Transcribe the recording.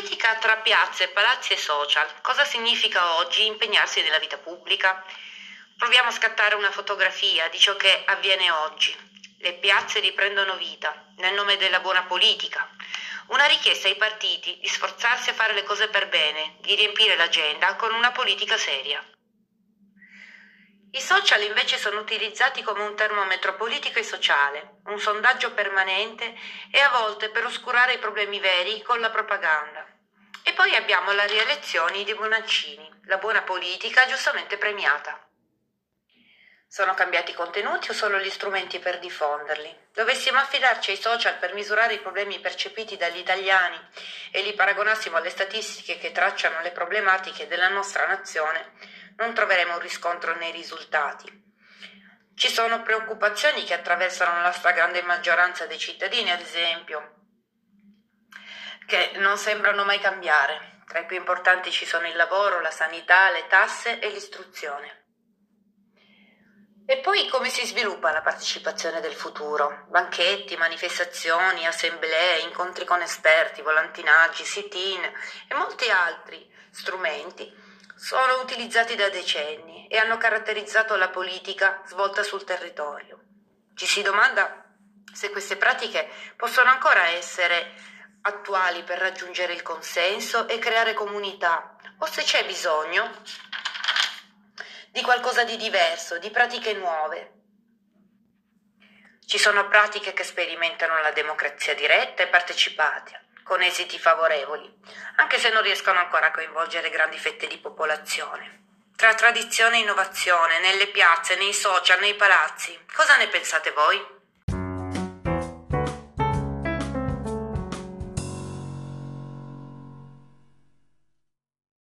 politica tra piazze, palazzi e social. Cosa significa oggi impegnarsi nella vita pubblica? Proviamo a scattare una fotografia di ciò che avviene oggi. Le piazze riprendono vita nel nome della buona politica. Una richiesta ai partiti di sforzarsi a fare le cose per bene, di riempire l'agenda con una politica seria. I social invece sono utilizzati come un termometro politico e sociale, un sondaggio permanente e a volte per oscurare i problemi veri con la propaganda. E poi abbiamo le rielezioni di Bonaccini, la buona politica giustamente premiata. Sono cambiati i contenuti o solo gli strumenti per diffonderli? Dovessimo affidarci ai social per misurare i problemi percepiti dagli italiani e li paragonassimo alle statistiche che tracciano le problematiche della nostra nazione, non troveremo un riscontro nei risultati. Ci sono preoccupazioni che attraversano la stragrande maggioranza dei cittadini, ad esempio, che non sembrano mai cambiare. Tra i più importanti ci sono il lavoro, la sanità, le tasse e l'istruzione. E poi come si sviluppa la partecipazione del futuro? Banchetti, manifestazioni, assemblee, incontri con esperti, volantinaggi, sit-in e molti altri strumenti sono utilizzati da decenni e hanno caratterizzato la politica svolta sul territorio. Ci si domanda se queste pratiche possono ancora essere attuali per raggiungere il consenso e creare comunità, o se c'è bisogno di qualcosa di diverso, di pratiche nuove. Ci sono pratiche che sperimentano la democrazia diretta e partecipata, con esiti favorevoli, anche se non riescono ancora a coinvolgere grandi fette di popolazione. Tra tradizione e innovazione, nelle piazze, nei social, nei palazzi, cosa ne pensate voi?